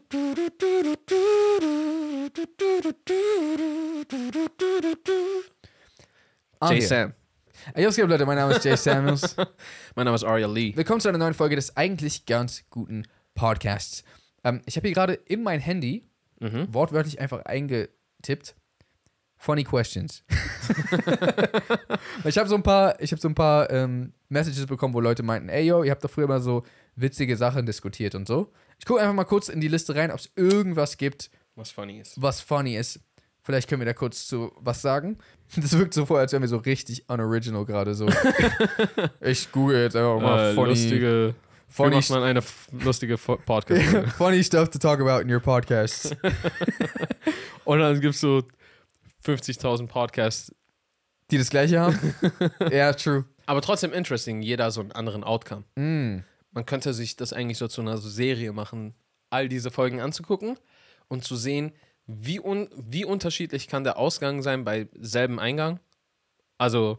Jay Sam. Hey, was geht, Leute? Mein Name ist Jay Samuels. Mein Name ist Arya Lee. Willkommen zu einer neuen Folge des eigentlich ganz guten Podcasts. Ich habe hier gerade in mein Handy wortwörtlich einfach eingetippt: Funny Questions. Ich habe so ein paar Messages bekommen, wo Leute meinten: Ey, yo, ihr habt doch früher mal so witzige Sachen diskutiert und so. Ich gucke einfach mal kurz in die Liste rein, ob es irgendwas gibt, was funny ist. Vielleicht können wir da kurz zu was sagen. Das wirkt so vor, als wären wir so richtig unoriginal gerade so. Ich google jetzt einfach mal Wie macht man eine lustige Podcast? Funny stuff to talk about in your podcasts. Und dann gibt es so 50.000 Podcasts, die das Gleiche haben? Ja, true. Aber trotzdem interesting, jeder so einen anderen Outcome. Man könnte sich das eigentlich so zu einer Serie machen, all diese Folgen anzugucken und zu sehen, wie unterschiedlich kann der Ausgang sein bei selben Eingang? Also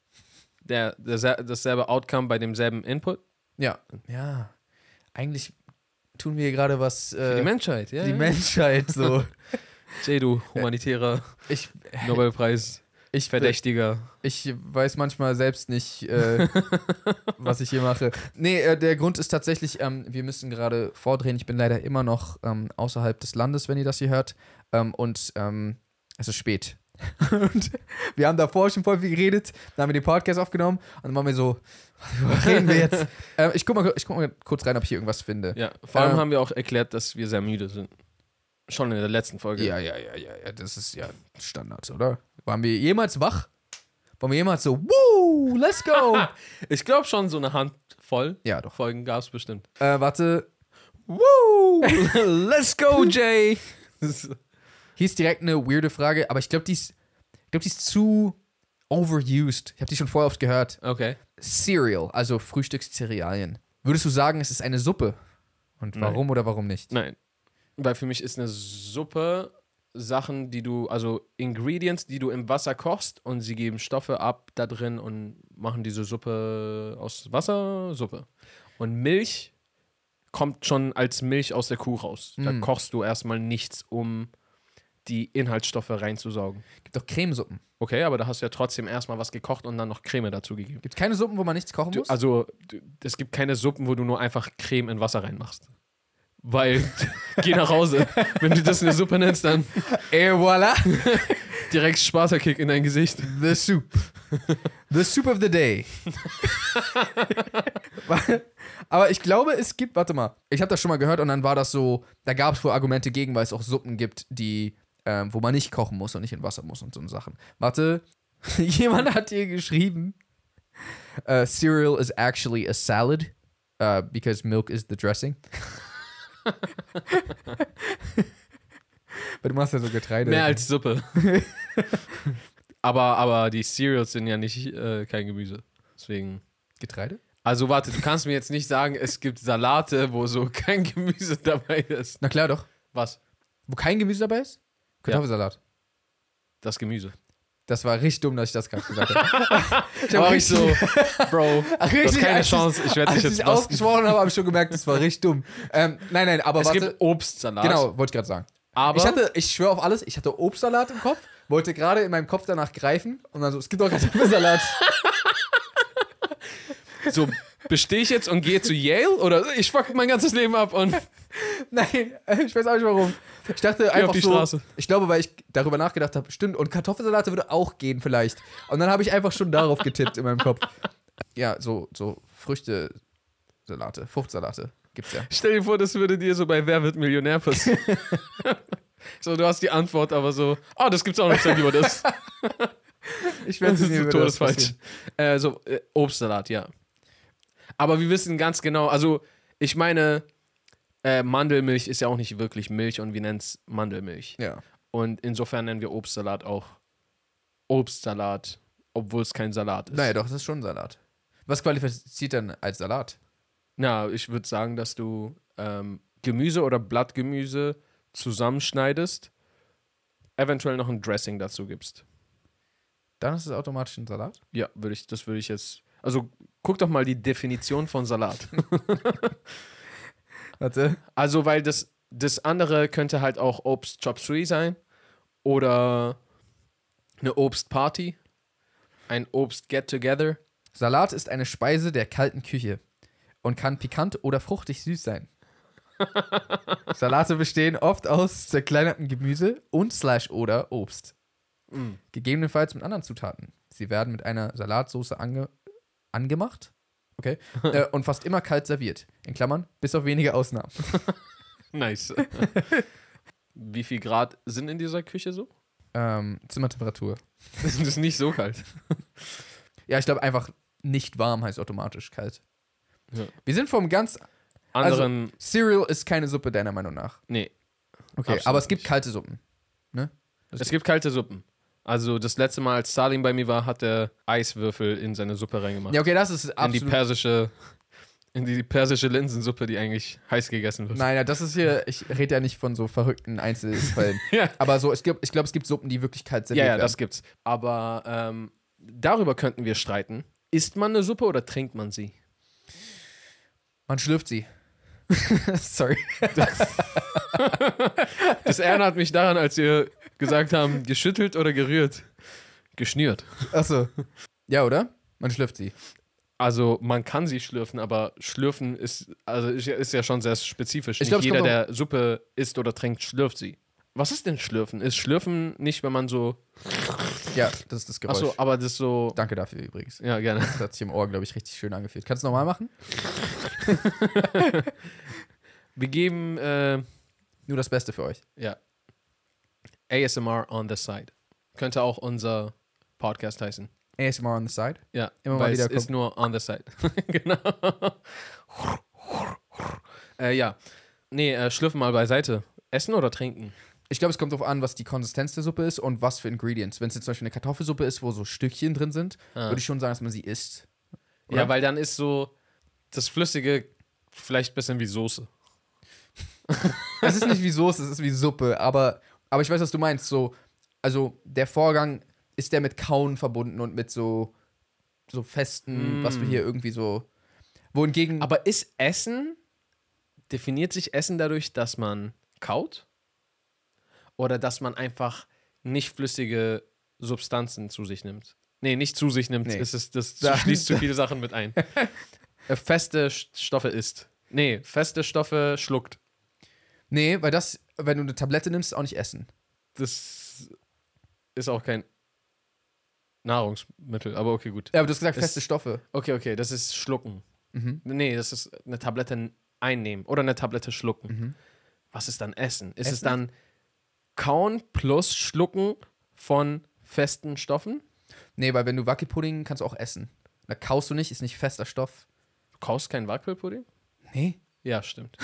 dasselbe Outcome bei demselben Input? Ja. Eigentlich tun wir hier gerade was für die Menschheit, ja. Für die Menschheit, so. Jay, du humanitärer Nobelpreis. Verdächtiger. Ich weiß manchmal selbst nicht, was ich hier mache. Nee, der Grund ist tatsächlich, wir müssen gerade vordrehen. Ich bin leider immer noch außerhalb des Landes, wenn ihr das hier hört. Und es ist spät. Und wir haben davor schon voll viel geredet. Dann haben wir den Podcast aufgenommen. Und dann waren wir so, was reden wir jetzt? Ich guck mal kurz rein, ob ich hier irgendwas finde. Ja, vor allem haben wir auch erklärt, dass wir sehr müde sind. Schon in der letzten Folge. Ja. Das ist ja Standard, oder? Waren wir jemals wach? Waren wir jemals so, woo, let's go? Ich glaube schon, so eine Handvoll Folgen gab es bestimmt. Warte. Woo, let's go, Jay. Hier ist direkt eine weirde Frage, aber ich glaube, die ist zu overused. Ich habe die schon vorher oft gehört. Okay. Cereal, also Frühstückscerealien. Würdest du sagen, es ist eine Suppe? Und warum oder warum nicht? Nein. Weil für mich ist eine Suppe Sachen, Ingredients, die du im Wasser kochst und sie geben Stoffe ab da drin und machen diese Suppe aus Wasser, Suppe. Und Milch kommt schon als Milch aus der Kuh raus. Da kochst du erstmal nichts, um die Inhaltsstoffe reinzusaugen. Gibt doch Cremesuppen. Okay, aber da hast du ja trotzdem erstmal was gekocht und dann noch Creme dazu gegeben. Gibt es keine Suppen, wo man nichts kochen muss? Es gibt keine Suppen, wo du nur einfach Creme in Wasser reinmachst. Weil, geh nach Hause. Wenn du das eine Suppe nennst, dann et voilà. Direkt Sparta-Kick in dein Gesicht. The soup. The soup of the day. Aber ich glaube, es gibt, warte mal, ich habe das schon mal gehört und dann war das so, da gab es wohl Argumente gegen, weil es auch Suppen gibt, die, wo man nicht kochen muss und nicht in Wasser muss und so Sachen. Warte, jemand hat hier geschrieben, cereal is actually a salad, because milk is the dressing. Weil du machst ja so Getreide. Mehr als Suppe. aber die Cereals sind ja nicht kein Gemüse. Deswegen. Getreide? Also warte, du kannst mir jetzt nicht sagen, es gibt Salate, wo so kein Gemüse dabei ist. Na klar doch. Was? Wo kein Gemüse dabei ist? Kartoffelsalat. Das Gemüse. Das war richtig dumm, dass ich das gerade gesagt habe. Ich habe richtig so, Bro, du hast keine Chance, ich werde dich jetzt Als ich ausgesprochen habe ich schon gemerkt, das war richtig dumm. Nein, aber es gibt Obstsalat. Genau, wollte ich gerade sagen. Aber ich schwöre auf alles, ich hatte Obstsalat im Kopf, wollte gerade in meinem Kopf danach greifen und dann so, es gibt doch Kartoffelsalat. So, bestehe ich jetzt und gehe zu Yale oder ich fuck mein ganzes Leben ab und... Nein, ich weiß auch nicht warum. Ich dachte einfach auf die so, Straße. Ich glaube, weil ich darüber nachgedacht habe, stimmt, und Kartoffelsalate würde auch gehen vielleicht. Und dann habe ich einfach schon darauf getippt in meinem Kopf. Ja, so Früchte-Salate, Fruchtsalate gibt's ja. Stell dir vor, das würde dir so bei Wer wird Millionär passieren. So, du hast die Antwort, aber so, das gibt's auch noch, sag lieber das. Ich werde das ist so todesfalsch. Obstsalat, ja. Aber wir wissen ganz genau, also ich meine, Mandelmilch ist ja auch nicht wirklich Milch und wir nennen es Mandelmilch. Ja. Und insofern nennen wir Obstsalat auch Obstsalat, obwohl es kein Salat ist. Naja, doch, es ist schon Salat. Was qualifiziert denn als Salat? Na, ich würde sagen, dass du Gemüse oder Blattgemüse zusammenschneidest, eventuell noch ein Dressing dazu gibst. Dann ist es automatisch ein Salat? Ja, das würde ich jetzt. Also guck doch mal die Definition von Salat. Warte. Also, weil das Das andere könnte halt auch Obst Chop Suey sein oder eine Obstparty, ein Obst Get Together. Salat ist eine Speise der kalten Küche und kann pikant oder fruchtig süß sein. Salate bestehen oft aus zerkleinertem Gemüse und/oder Obst. Gegebenenfalls mit anderen Zutaten. Sie werden mit einer Salatsauce angemacht. Okay. Und fast immer kalt serviert. In Klammern, bis auf wenige Ausnahmen. Nice. Wie viel Grad sind in dieser Küche so? Zimmertemperatur. Das ist nicht so kalt. Ja, ich glaube einfach nicht warm heißt automatisch kalt. Ja. Wir sind vom ganz Anderen, Cereal ist keine Suppe deiner Meinung nach. nee. Okay, Absolut aber es gibt nicht. kalte Suppen. Ne? Es gibt kalte Suppen. Also das letzte Mal, als Salim bei mir war, hat er Eiswürfel in seine Suppe reingemacht. Ja, okay, das ist in die absolut. persische Linsensuppe, die eigentlich heiß gegessen wird. Nein, ja, das ist hier, ich rede ja nicht von so verrückten Einzelfällen. Ja. Aber so, ich glaube, es gibt Suppen, die wirklich kalt serviert Ja, werden. das gibt's. Aber darüber könnten wir streiten. Isst man eine Suppe oder trinkt man sie? Man schlürft sie. Sorry. Das erinnert mich daran, als wir gesagt haben, geschüttelt oder gerührt? Geschnürt. Achso. Ja, oder? Man schlürft sie. Also man kann sie schlürfen, aber schlürfen ist ja schon sehr spezifisch. Ich glaub, Nicht es jeder, kommt der Suppe isst oder trinkt, schlürft sie. Was ist denn Schlürfen? Ist Schlürfen nicht, wenn man so... Ja, das ist das Geräusch. Achso, aber das so... Danke dafür übrigens. Ja, gerne. Das hat sich im Ohr, glaube ich, richtig schön angefühlt. Kannst du nochmal machen? Wir geben, Nur das Beste für euch. ja, ASMR on the side. Könnte auch unser Podcast heißen. ASMR on the side. Ja, Immer mal weil wieder es ist nur on the side. Genau. Ja. Nee, schlürfen mal beiseite. Essen oder trinken? Ich glaube, es kommt darauf an, was die Konsistenz der Suppe ist und was für Ingredients. Wenn es jetzt zum Beispiel eine Kartoffelsuppe ist, wo so Stückchen drin sind, würde ich schon sagen, dass man sie isst. Oder? Ja, weil dann ist so das Flüssige vielleicht ein bisschen wie Soße. Es ist nicht wie Soße, es ist wie Suppe, aber ich weiß, was du meinst. So, also der Vorgang ist der mit Kauen verbunden und mit so festen, was wir hier irgendwie so. Wohingegen. Aber ist Essen, definiert sich Essen dadurch, dass man kaut? Oder dass man einfach nicht flüssige Substanzen zu sich nimmt? Nee, nicht zu sich nimmt. Nee. Das schließt zu viele Sachen mit ein. Feste Stoffe isst. Nee, feste Stoffe schluckt. Nee, weil das, wenn du eine Tablette nimmst, ist auch nicht Essen. Das ist auch kein Nahrungsmittel, aber okay, gut. Ja, aber du hast gesagt, Es- feste Stoffe. Okay, das ist schlucken. Nee, das ist eine Tablette einnehmen oder eine Tablette schlucken. Was ist dann Essen? Ist es Essen? dann Kauen plus Schlucken von festen Stoffen? Nee, weil wenn du Wackelpudding kannst du auch essen. Da kaust du nicht, ist nicht fester Stoff. Du kaust keinen Wackelpudding? Nee. Ja, stimmt.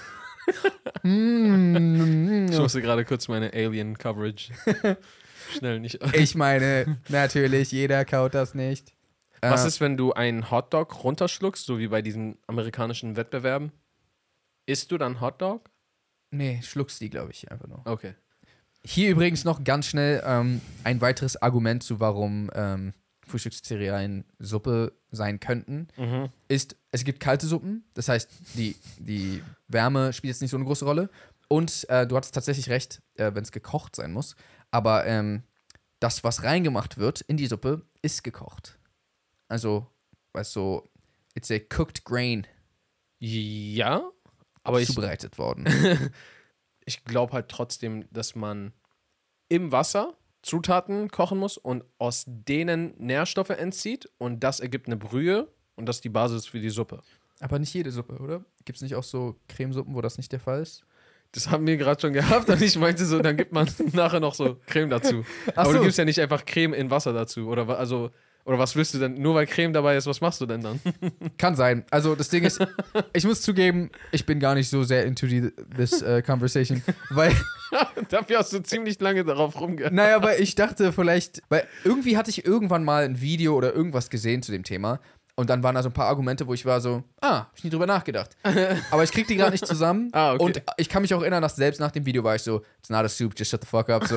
Mm. Ich musste gerade kurz meine Alien-Coverage schnell nicht. Ich meine, natürlich, jeder kaut das nicht. Was ist, wenn du einen Hotdog runterschluckst, so wie bei diesen amerikanischen Wettbewerben? Isst du dann Hotdog? Nee, schluckst die, glaube ich, einfach nur. Okay. Hier übrigens noch ganz schnell ein weiteres Argument zu, warum Frühstückscerealien Suppe sein könnten, ist, es gibt kalte Suppen, das heißt, die Wärme spielt jetzt nicht so eine große Rolle. Und du hattest tatsächlich recht, wenn es gekocht sein muss, aber das, was reingemacht wird in die Suppe, ist gekocht. Also, weißt du, it's a cooked grain Ja, aber zubereitet worden. ich glaube halt trotzdem, dass man im Wasser Zutaten kochen muss und aus denen Nährstoffe entzieht und das ergibt eine Brühe und das ist die Basis für die Suppe. Aber nicht jede Suppe, oder? Gibt es nicht auch so Cremesuppen, wo das nicht der Fall ist? Das haben wir gerade schon gehabt und ich meinte so, dann gibt man nachher noch so Creme dazu. Ach Aber so. du gibst ja nicht einfach Creme in Wasser dazu oder was willst du denn? Nur weil Creme dabei ist, was machst du denn dann? Kann sein. Also das Ding ist, ich muss zugeben, ich bin gar nicht so sehr into this conversation, weil, Dafür hast du ziemlich lange darauf rumgehalten. naja, weil ich dachte vielleicht, weil irgendwie hatte ich irgendwann mal ein Video oder irgendwas gesehen zu dem Thema und dann waren da so ein paar Argumente, wo ich war so, hab ich nie drüber nachgedacht. Aber ich krieg die gerade nicht zusammen Okay. und ich kann mich auch erinnern, dass selbst nach dem Video war ich so, it's not a soup, just shut the fuck up, so.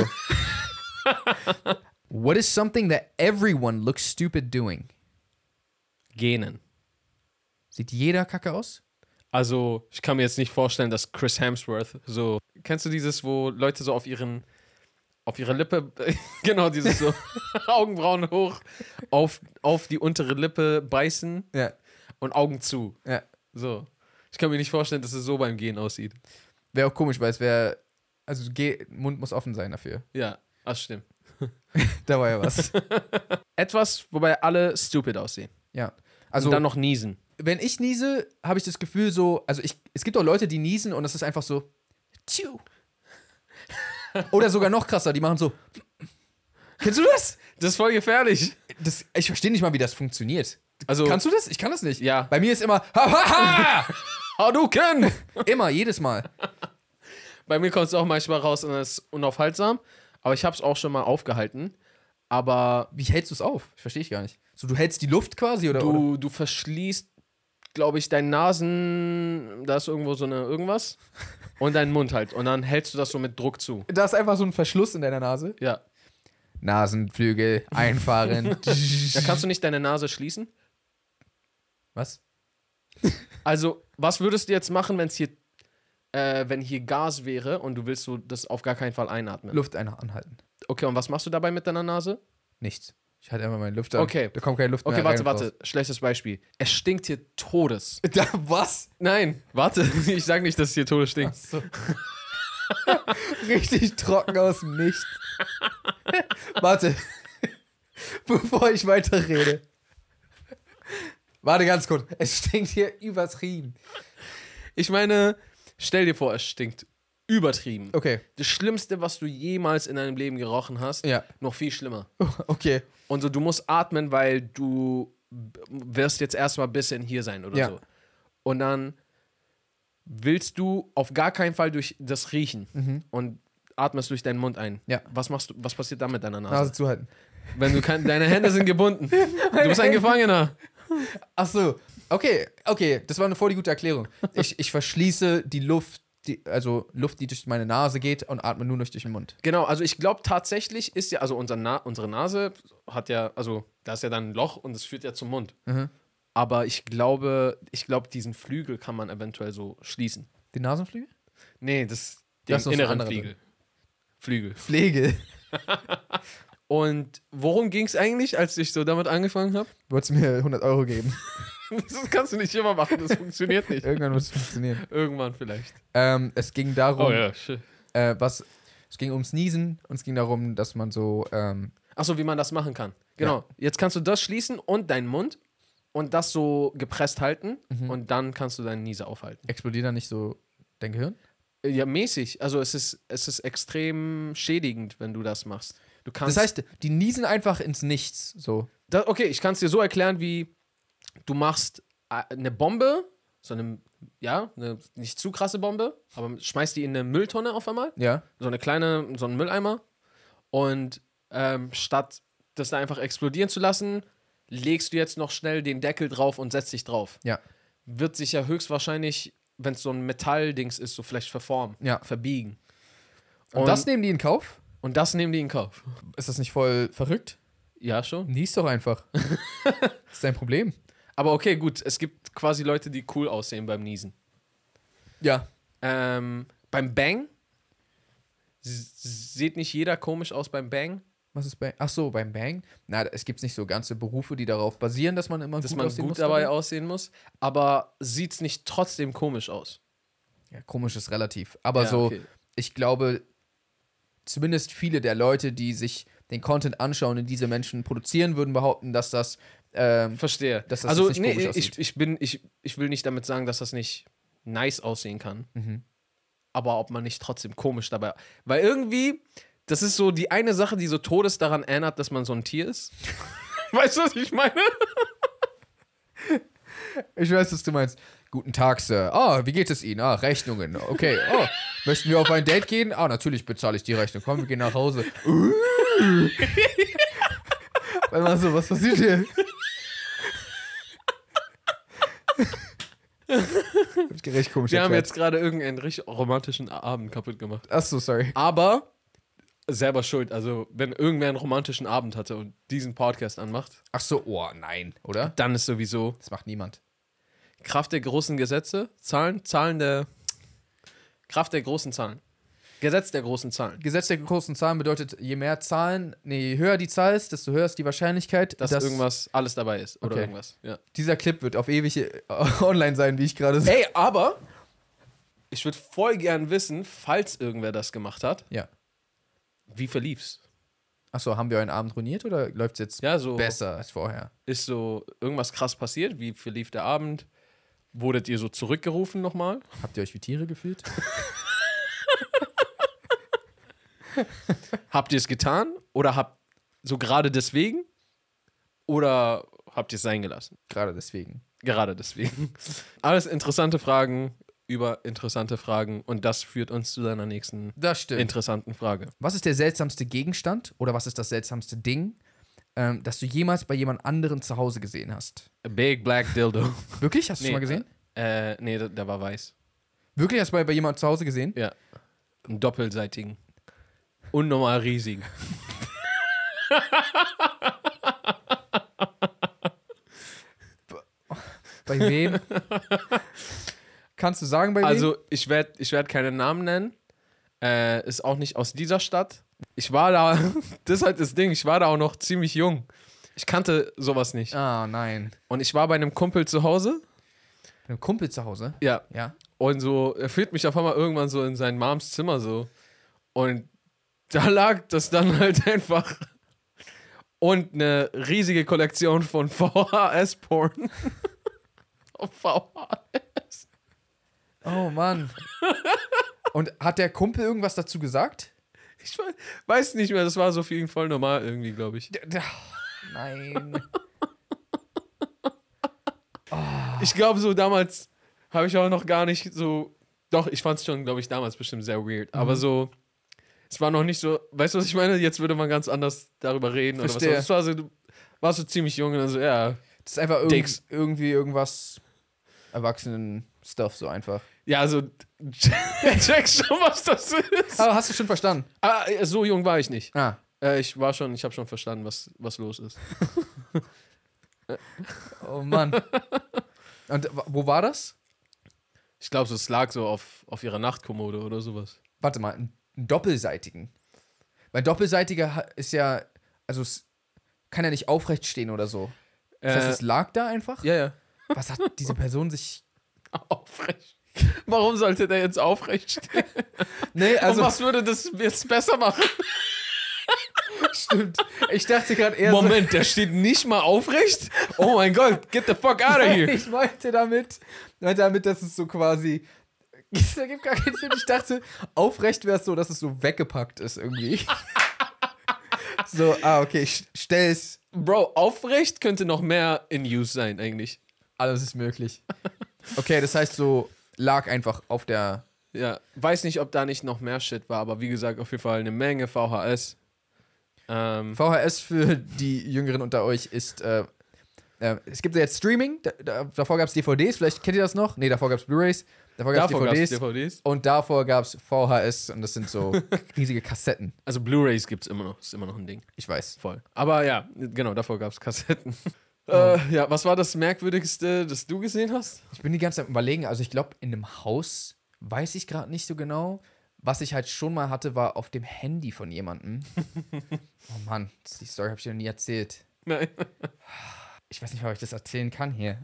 What is something that everyone looks stupid doing? Genen. Sieht jeder kacke aus? Also, ich kann mir jetzt nicht vorstellen, dass Chris Hemsworth so. Kennst du dieses, wo Leute so auf ihre Lippe, genau, dieses so Augenbrauen hoch, auf die untere Lippe beißen Ja. und Augen zu. Ja. So. Ich kann mir nicht vorstellen, dass es so beim Gehen aussieht. Wäre auch komisch, weil es wäre. Also, Mund muss offen sein dafür. Ja, das stimmt. Da war ja was. Etwas, wobei alle stupid aussehen. Ja. Also Also, dann noch niesen. wenn ich niese, habe ich das Gefühl so. Also, es gibt auch Leute, die niesen und das ist einfach so. Tschiu. Oder sogar noch krasser, die machen so. Kennst du das? Das ist voll gefährlich. Ich verstehe nicht mal, wie das funktioniert. Also, Kannst du das? Ich kann das nicht. Ja. Bei mir ist immer. Ha, ha, ha! Hadouken! Immer, jedes Mal. Bei mir kommt es auch manchmal raus und das ist unaufhaltsam. Aber ich habe es auch schon mal aufgehalten. Aber Wie hältst du es auf? Ich verstehe ich gar nicht. So, du hältst die Luft quasi oder? du verschließt, glaube ich, deinen Nasen, da ist irgendwo so eine irgendwas. Und deinen Mund halt. Und dann hältst du das so mit Druck zu. Da ist einfach so ein Verschluss in deiner Nase. Ja. Nasenflügel einfahren. Da kannst du nicht deine Nase schließen. Was? Also, was würdest du jetzt machen, wenn hier Gas wäre und du willst so das auf gar keinen Fall einatmen? Luft anhalten. Okay, und was machst du dabei mit deiner Nase? Nichts. Ich halte immer meine Luft an. Okay. Da kommt keine Luft Okay, mehr rein warte. und raus. Schlechtes Beispiel. Es stinkt hier Todes. Was? Nein, warte. Ich sage nicht, dass es hier Todes stinkt. Achso. Richtig trocken aus dem Nichts. Warte. Bevor ich weiterrede. Warte ganz kurz. Es stinkt hier übertrieben. Ich meine, stell dir vor, es stinkt übertrieben. Okay. Das Schlimmste, was du jemals in deinem Leben gerochen hast, Ja. noch viel schlimmer. Okay. Und so, du musst atmen, weil du wirst jetzt erstmal ein bisschen hier sein oder Ja. so. Und dann willst du auf gar keinen Fall durch das Riechen und atmest durch deinen Mund ein. Ja. Was machst du? Was passiert dann mit deiner Nase? Nase zuhalten. Wenn du deine Hände sind gebunden. Du bist ein Gefangener. Ach so. Okay. Das war eine voll die gute Erklärung. Ich verschließe die Luft, also Luft, die durch meine Nase geht und atme nur durch den Mund. Genau, also ich glaube tatsächlich ist ja, also unsere Nase hat ja, also da ist ja dann ein Loch und es führt ja zum Mund. Mhm. Aber ich glaube, diesen Flügel kann man eventuell so schließen. Die Nasenflügel? Nee, Das ist den noch so inneren andere Flügel. Flügel. Pflege. Und worum ging es eigentlich, als ich so damit angefangen habe? Wolltest du mir 100 Euro geben? Das kannst du nicht immer machen, das funktioniert nicht. Irgendwann muss es funktionieren. Irgendwann vielleicht. Es ging darum, Oh ja, shit. es ging ums Niesen und es ging darum, dass man so, Achso, wie man das machen kann. Genau. Jetzt kannst du das schließen und deinen Mund und das so gepresst halten und dann kannst du deine Niese aufhalten. explodiert dann nicht so dein Gehirn? Ja, mäßig. Also es ist extrem schädigend, wenn du das machst. Du kannst. Das heißt, die niesen einfach ins Nichts, so. Okay, ich kann es dir so erklären, wie du machst eine Bombe, so eine nicht zu krasse Bombe, aber schmeißt die in eine Mülltonne auf einmal, Ja. so einen Mülleimer und statt das da einfach explodieren zu lassen, legst du jetzt noch schnell den Deckel drauf und setzt dich drauf. Ja. Wird sich ja höchstwahrscheinlich, wenn es so ein Metalldings ist, so vielleicht verformen, Ja. verbiegen. Und das nehmen die in Kauf? Und das nehmen die in Kauf. Ist das nicht voll verrückt? Ja, schon. Nies doch einfach. Das ist dein Problem. Aber okay, gut, es gibt quasi Leute, die cool aussehen beim Niesen. Ja. Beim Bang sieht nicht jeder komisch aus beim Bang, Was ist Bang? Ach so, beim Bang? Na, es gibt nicht so ganze Berufe, die darauf basieren, dass man immer dass gut man aussehen gut muss dabei aussehen muss, aber sieht's nicht trotzdem komisch aus. Ja, komisch ist relativ. Aber Ja, so, okay. ich glaube, zumindest viele der Leute, die sich den Content anschauen und diese Menschen produzieren, würden behaupten, dass das Verstehe. dass das Also, nicht komisch aussieht. ich will nicht damit sagen, dass das nicht nice aussehen kann. Mhm. Aber ob man nicht trotzdem komisch dabei. Weil irgendwie, das ist so die eine Sache, die so todes daran erinnert, dass man so ein Tier ist. Weißt du, was ich meine? Ich weiß, was du meinst. Guten Tag, Sir. Ah, wie geht es Ihnen? Ah, Rechnungen. Okay. Oh, möchten wir auf ein Date gehen? Ah, natürlich bezahle ich die Rechnung. Komm, wir gehen nach Hause. Weil man so, was passiert hier? Hab ich recht komisch Wir haben erklärt. jetzt gerade irgendeinen richtig romantischen Abend kaputt gemacht. Achso, sorry. Aber selber schuld. Also, wenn irgendwer einen romantischen Abend hatte und diesen Podcast anmacht, Ach so, oh nein, oder? dann ist sowieso. Das macht niemand. Kraft der großen Gesetze, Kraft der großen Zahlen. Gesetz der großen Zahlen. Gesetz der großen Zahlen bedeutet, je höher die Zahl ist, desto höher ist die Wahrscheinlichkeit, dass irgendwas alles dabei ist oder irgendwas. Ja. Dieser Clip wird auf ewig online sein, wie ich gerade sage. Ey, aber ich würde voll gern wissen, falls irgendwer das gemacht hat, Ja. wie verlief's? Achso, haben wir euren Abend ruiniert oder läuft es jetzt Ja, so besser als vorher? ist so irgendwas krass passiert. Wie verlief der Abend? Wurdet ihr so zurückgerufen nochmal? Habt ihr euch wie Tiere gefühlt? Habt ihr es getan? Oder habt so gerade deswegen? Oder habt ihr es sein gelassen? Gerade deswegen. Gerade deswegen. Alles interessante Fragen über interessante Fragen. Und das führt uns zu deiner nächsten Das stimmt. interessanten Frage. Was ist der seltsamste Gegenstand oder was ist das seltsamste Ding, das du jemals bei jemand anderen zu Hause gesehen hast? A big black dildo. Wirklich? Hast du schon mal gesehen? Nee, der war weiß. Wirklich? Hast du bei jemand zu Hause gesehen? Ja. Einen doppelseitigen. Unnormal riesigen. Bei wem? Kannst du sagen, bei wem? Also, ich werd keine Namen nennen. Ist auch nicht aus dieser Stadt. Ich war da, das ist halt das Ding, ich war da auch noch ziemlich jung. Ich kannte sowas nicht. Ah, nein. Und ich war bei einem Kumpel zu Hause. Bei einem Kumpel zu Hause? Ja. Ja. Und so, er führt mich auf einmal irgendwann so in seinen Moms Zimmer so. Und da lag das dann halt einfach. Und eine riesige Kollektion von VHS-Porn. Auf VHS. Oh, Mann. Und hat der Kumpel irgendwas dazu gesagt? Ich weiß nicht mehr, das war so für ihn voll normal irgendwie, glaube ich. Nein. Ich glaube, so damals habe ich auch noch gar nicht so. Doch, ich fand es schon, glaube ich, damals bestimmt sehr weird. Aber so, es war noch nicht so. Weißt du, was ich meine? Jetzt würde man ganz anders darüber reden. Verstehe. Oder was. Es war so, du warst so ziemlich jung und dann so, ja. Das ist einfach Dicks. irgendwie irgendwas Erwachsenen-Stuff so einfach. Ja, also, checkst schon, was das ist. Aber hast du schon verstanden? So jung war ich nicht. Ah. Ich habe schon verstanden, was los ist. Oh Mann. Und wo war das? Ich glaube, es lag so auf ihrer Nachtkommode oder sowas. Warte mal, einen doppelseitigen. Weil doppelseitiger ist ja, also es kann ja nicht aufrecht stehen oder so. Das heißt, es lag da einfach? Ja. Was hat diese Person sich... Aufrecht. Warum sollte der jetzt aufrecht stehen? Nee, Also, und was würde das jetzt besser machen? Stimmt. Ich dachte gerade eher Moment, der steht nicht mal aufrecht? Oh mein Gott, get the fuck out of here. Ich meinte damit, dass es so quasi... Das ergibt gar keinen Sinn. Ich dachte, aufrecht wäre es so, dass es so weggepackt ist irgendwie. So, okay, ich stell's. Bro, aufrecht könnte noch mehr in use sein eigentlich. Alles ist möglich. Okay, das heißt so, lag einfach auf der... Ja, weiß nicht, ob da nicht noch mehr Shit war, aber wie gesagt, auf jeden Fall eine Menge VHS. VHS für die Jüngeren unter euch ist, es gibt ja jetzt Streaming, davor gab es DVDs, vielleicht kennt ihr das noch? Nee, davor gab es Blu-Rays, davor gab es DVDs und davor gab es VHS und das sind so riesige Kassetten. Also Blu-Rays gibt's immer noch, ist immer noch ein Ding. Ich weiß. Voll. Aber ja, genau, davor gab es Kassetten. Ja, was war das Merkwürdigste, das du gesehen hast? Ich bin die ganze Zeit überlegen, also ich glaube, in einem Haus weiß ich gerade nicht so genau. Was ich halt schon mal hatte, war auf dem Handy von jemandem. Oh Mann, die Story habe ich dir noch nie erzählt. Nein. Ich weiß nicht, ob ich das erzählen kann hier.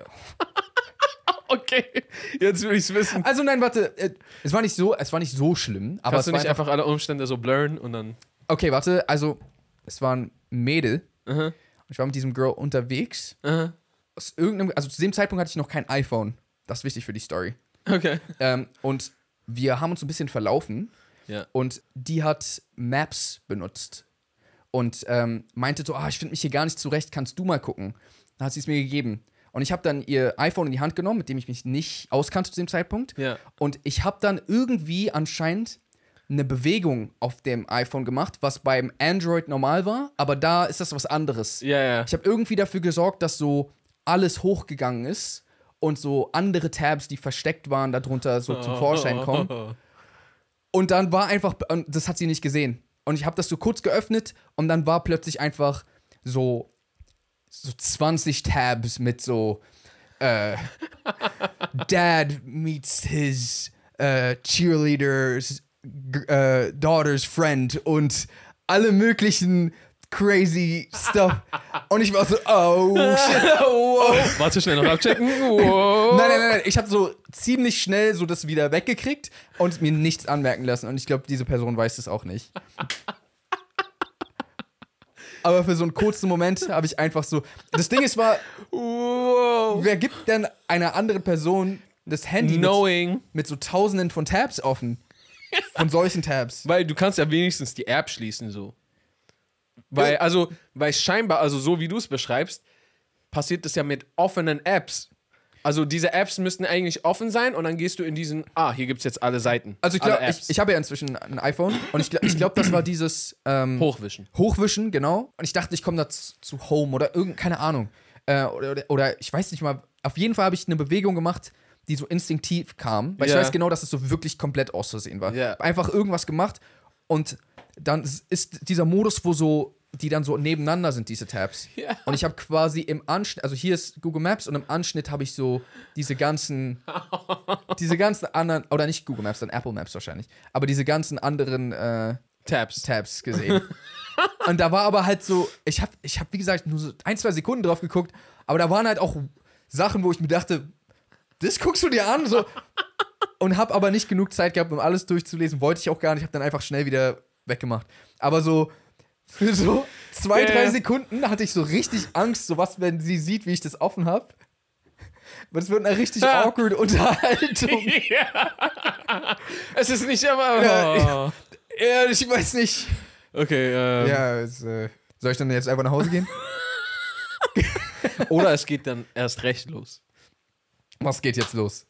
Okay, jetzt will ich's wissen. Also nein, warte, es war nicht so schlimm. Aber Kannst es du nicht war einfach alle Umstände so blurren und dann... Okay, warte, also es war ein Mädel. Uh-huh. Ich war mit diesem Girl unterwegs. Uh-huh. Also zu dem Zeitpunkt hatte ich noch kein iPhone. Das ist wichtig für die Story. Okay. Und wir haben uns ein bisschen verlaufen. Ja. Und die hat Maps benutzt. Und meinte so, ich finde mich hier gar nicht zurecht, kannst du mal gucken? Dann hat sie es mir gegeben. Und ich habe dann ihr iPhone in die Hand genommen, mit dem ich mich nicht auskannte zu dem Zeitpunkt. Ja. Und ich habe dann irgendwie anscheinend eine Bewegung auf dem iPhone gemacht, was beim Android normal war, aber da ist das was anderes. Ja. Ich habe irgendwie dafür gesorgt, dass so alles hochgegangen ist und so andere Tabs, die versteckt waren, darunter so zum Vorschein kommen. Und dann war einfach, das hat sie nicht gesehen. Und ich habe das so kurz geöffnet und dann war plötzlich einfach so 20 Tabs mit so Dad meets his cheerleader's daughter's friend und alle möglichen crazy stuff. Und ich war so, oh, shit. Oh. Warte, schnell noch abchecken. Oh. Nein. Ich habe so ziemlich schnell so das wieder weggekriegt und mir nichts anmerken lassen. Und ich glaube, diese Person weiß das auch nicht. Aber für so einen kurzen Moment habe ich einfach so. Das Ding ist, wer gibt denn einer anderen Person das Handy mit so Tausenden von Tabs offen? Von solchen Tabs. Weil du kannst ja wenigstens die App schließen, so. Weil scheinbar, also so wie du es beschreibst, passiert das ja mit offenen Apps. Also diese Apps müssten eigentlich offen sein und dann gehst du in diesen, hier gibt es jetzt alle Seiten. Also ich glaube, ich habe ja inzwischen ein iPhone und ich glaube, das war dieses Hochwischen, genau. Und ich dachte, ich komme da zu Home oder keine Ahnung. Oder ich weiß nicht mal, auf jeden Fall habe ich eine Bewegung gemacht, die so instinktiv kam, weil ich weiß genau, dass es so wirklich komplett aus Versehen war. Yeah. Einfach irgendwas gemacht und dann ist dieser Modus, wo so die dann so nebeneinander sind, diese Tabs. Yeah. Und ich habe quasi im Anschnitt, also hier ist Google Maps und im Anschnitt habe ich so diese ganzen anderen, oder nicht Google Maps, dann Apple Maps wahrscheinlich, aber diese ganzen anderen Tabs gesehen. Und da war aber halt so, ich hab wie gesagt nur so 1-2 Sekunden drauf geguckt, aber da waren halt auch Sachen, wo ich mir dachte, das guckst du dir an, so. Und hab aber nicht genug Zeit gehabt, um alles durchzulesen, wollte ich auch gar nicht, hab dann einfach schnell wieder weggemacht. Aber so für so 2-3 Sekunden hatte ich so richtig Angst, so was, wenn sie sieht, wie ich das offen hab. Aber es wird eine richtig awkward Unterhaltung. Ja. Es ist nicht aber. Ja, ich weiß nicht. Okay, soll ich dann jetzt einfach nach Hause gehen? Oder es geht dann erst recht los. Was geht jetzt los?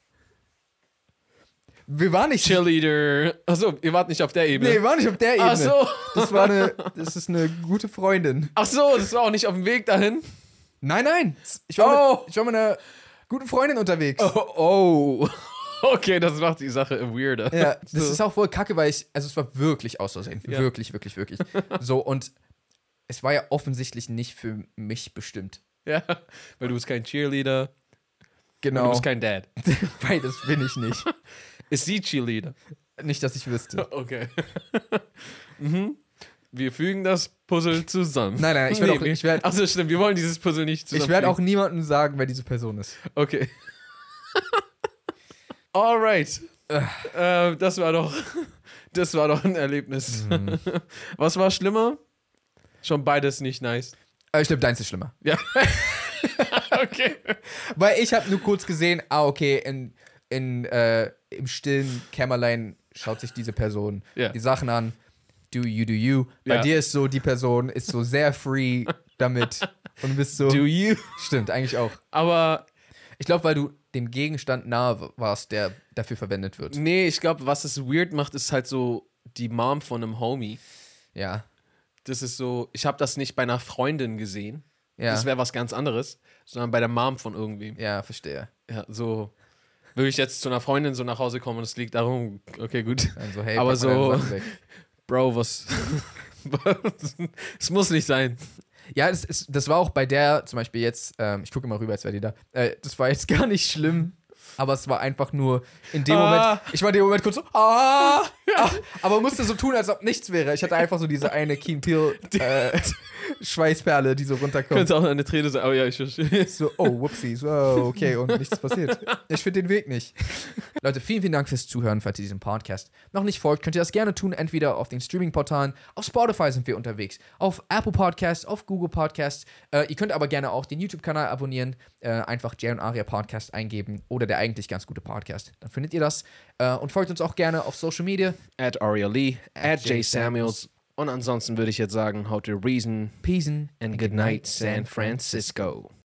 Wir waren nicht. Cheerleader. Achso, ihr wart nicht auf der Ebene. Nee, wir waren nicht auf der Ebene. Ach so. Das ist eine gute Freundin. Ach so, das war auch nicht auf dem Weg dahin? Nein. Ich war mit einer guten Freundin unterwegs. Oh. Okay, das macht die Sache weirder. Ja, das ist auch voll kacke, weil es war wirklich aus Versehen. Ja. Wirklich. So, und es war ja offensichtlich nicht für mich bestimmt. Ja, weil du bist kein Cheerleader. Genau. Und du bist kein Dad. Beides bin ich nicht. Ist sie Cheerleader? Nicht, dass ich wüsste. Okay. Wir fügen das Puzzle zusammen. Nein, ich werde. Achso, stimmt, wir wollen dieses Puzzle nicht zusammen. Ich werde auch niemandem sagen, wer diese Person ist. Okay. Alright. Das war doch ein Erlebnis. Was war schlimmer? Schon beides nicht nice. Ich glaube, deins ist schlimmer. Ja. Okay. Weil ich habe nur kurz gesehen, okay, im stillen Kämmerlein schaut sich diese Person die Sachen an. Do you. Bei dir ist so, die Person ist so sehr free damit und bist so. Do you? Stimmt, eigentlich auch. Aber ich glaube, weil du dem Gegenstand nahe warst, der dafür verwendet wird. Nee, ich glaube, was es weird macht, ist halt so die Mom von einem Homie. Ja. Das ist so, ich habe das nicht bei einer Freundin gesehen. Ja. Das wäre was ganz anderes, sondern bei der Mom von irgendwem. Ja, verstehe. Ja, so würde ich jetzt zu einer Freundin so nach Hause kommen und es liegt darum, okay, gut. Also, hey, aber pack mal deine so, Sachen weg. Bro, was? Es muss nicht sein. Ja, das war auch bei der, zum Beispiel jetzt, ich gucke immer rüber, als wäre die da. Das war jetzt gar nicht schlimm, aber es war einfach nur in dem Moment, ich war in dem Moment kurz so, aber musste so tun, als ob nichts wäre. Ich hatte einfach so diese eine Keen Peele Schweißperle, die so runterkommt. Könnte auch eine Träne sein, aber ja, ich verstehe. So, whoopsies, okay, und nichts passiert. Ich finde den Weg nicht. Leute, vielen Dank fürs Zuhören, falls ihr diesem Podcast noch nicht folgt. Könnt ihr das gerne tun, entweder auf den Streaming-Portalen, auf Spotify sind wir unterwegs, auf Apple Podcasts, auf Google Podcasts. Ihr könnt aber gerne auch den YouTube-Kanal abonnieren, einfach Jay und Aria Podcast eingeben oder der eigentlich ganz gute Podcast. Dann findet ihr das. Und folgt uns auch gerne auf Social Media. @AriaLee, @JSamuels. Und ansonsten würde ich jetzt sagen, how to reason, Peace and good night, San Francisco.